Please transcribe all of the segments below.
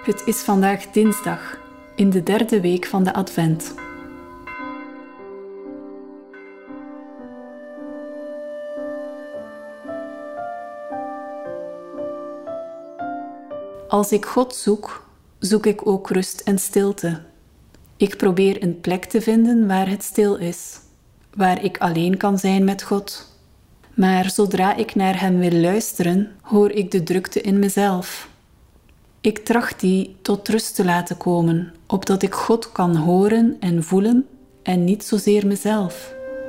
Het is vandaag dinsdag, in de 3e week van de Advent. Als ik God zoek, zoek ik ook rust en stilte. Ik probeer een plek te vinden waar het stil is, waar ik alleen kan zijn met God. Maar zodra ik naar Hem wil luisteren, hoor ik de drukte in mezelf. Ik tracht die tot rust te laten komen, opdat ik God kan horen en voelen en niet zozeer mezelf.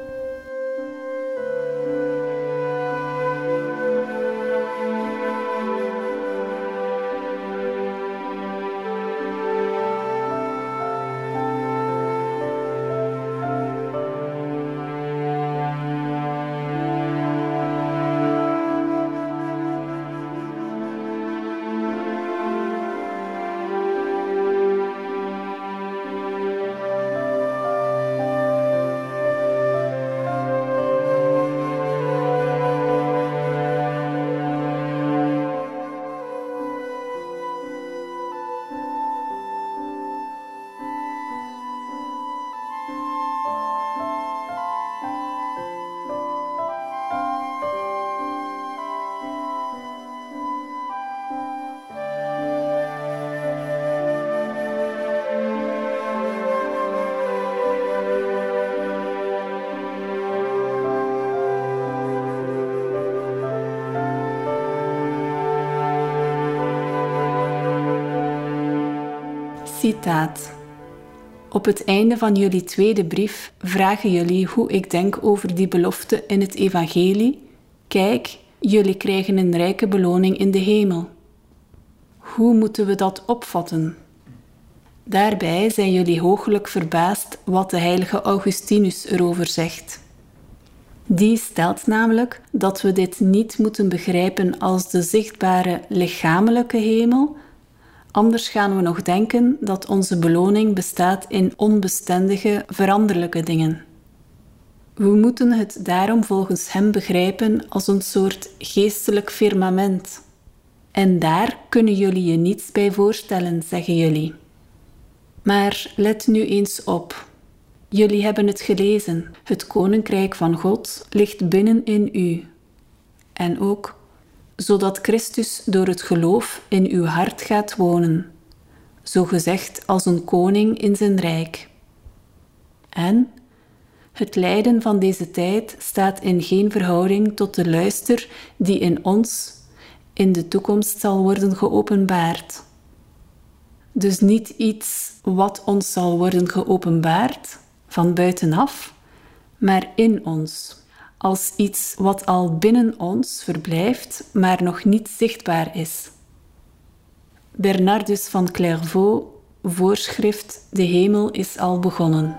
Citaat. Op het einde van jullie tweede brief vragen jullie hoe ik denk over die belofte in het evangelie. Kijk, jullie krijgen een rijke beloning in de hemel. Hoe moeten we dat opvatten? Daarbij zijn jullie hooglijk verbaasd wat de heilige Augustinus erover zegt. Die stelt namelijk dat we dit niet moeten begrijpen als de zichtbare lichamelijke hemel. Anders gaan we nog denken dat onze beloning bestaat in onbestendige, veranderlijke dingen. We moeten het daarom volgens hem begrijpen als een soort geestelijk firmament. En daar kunnen jullie je niets bij voorstellen, zeggen jullie. Maar let nu eens op. Jullie hebben het gelezen. Het koninkrijk van God ligt binnen in u. En ook zodat Christus door het geloof in uw hart gaat wonen, zogezegd als een koning in zijn rijk. En het lijden van deze tijd staat in geen verhouding tot de luister die in ons in de toekomst zal worden geopenbaard. Dus niet iets wat ons zal worden geopenbaard van buitenaf, maar in ons. Als iets wat al binnen ons verblijft, maar nog niet zichtbaar is. Bernardus van Clairvaux, voorschrift: de hemel is al begonnen.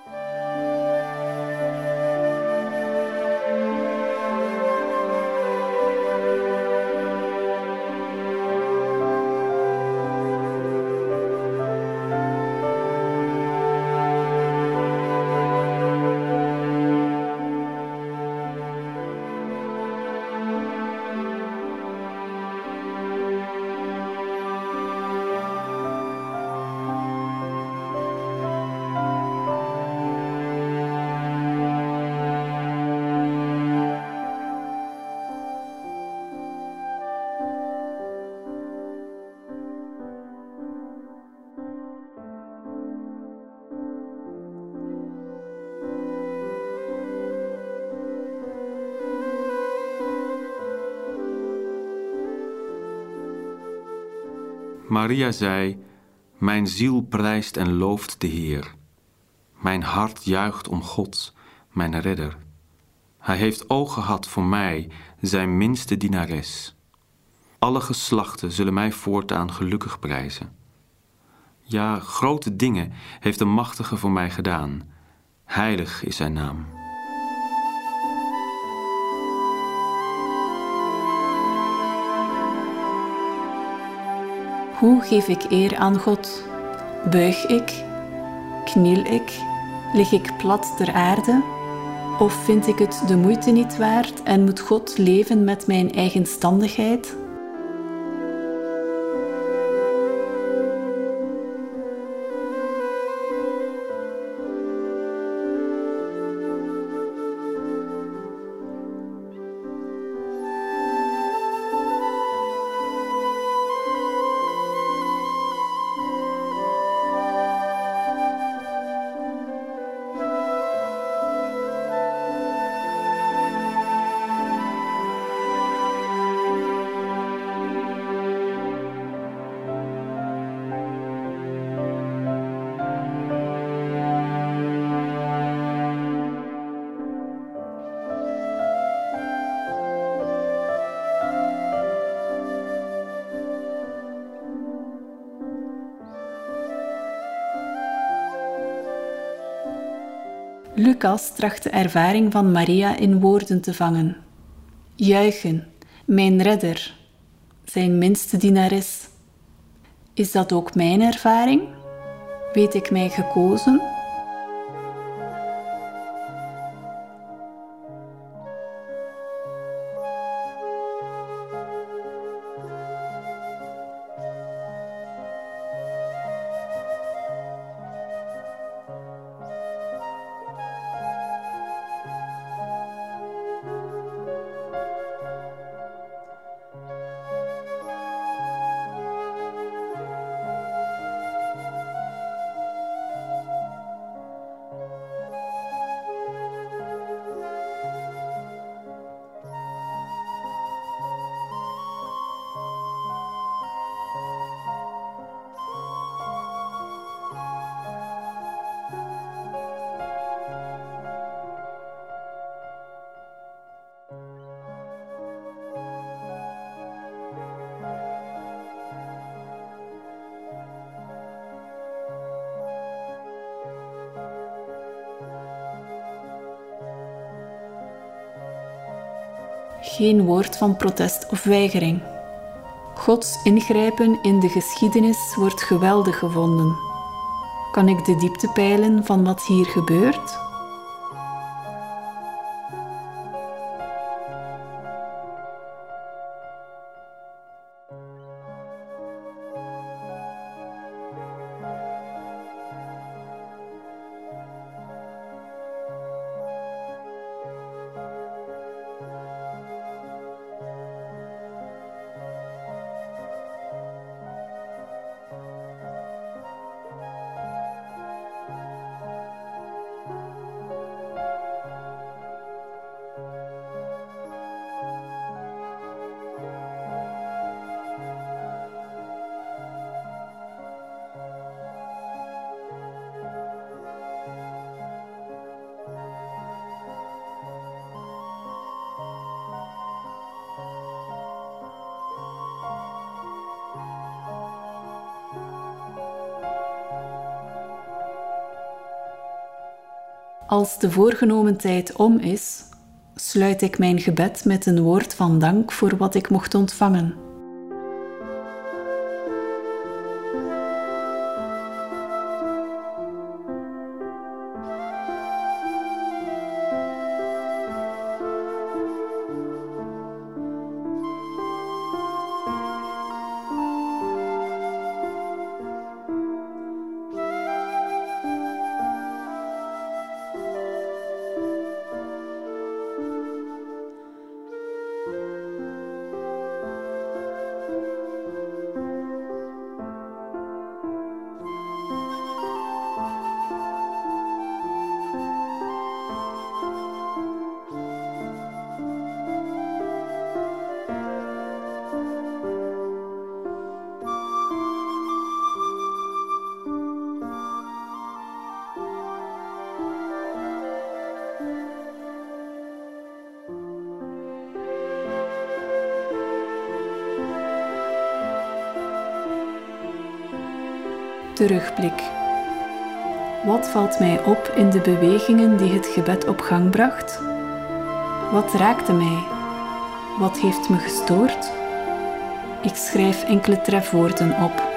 Maria zei: mijn ziel prijst en looft de Heer. Mijn hart juicht om God, mijn redder. Hij heeft oog gehad voor mij, zijn minste dienares. Alle geslachten zullen mij voortaan gelukkig prijzen. Ja, grote dingen heeft de Machtige voor mij gedaan. Heilig is zijn naam. Hoe geef ik eer aan God? Buig ik? Kniel ik? Lig ik plat ter aarde? Of vind ik het de moeite niet waard en moet God leven met mijn eigenstandigheid? Lucas tracht de ervaring van Maria in woorden te vangen. Juichen, mijn redder, zijn minste dienares. Is dat ook mijn ervaring? Weet ik mij gekozen? Geen woord van protest of weigering. Gods ingrijpen in de geschiedenis wordt geweldig gevonden. Kan ik de diepte peilen van wat hier gebeurt? Als de voorgenomen tijd om is, sluit ik mijn gebed met een woord van dank voor wat ik mocht ontvangen. Terugblik. Wat valt mij op in de bewegingen die het gebed op gang bracht? Wat raakte mij? Wat heeft me gestoord? Ik schrijf enkele trefwoorden op.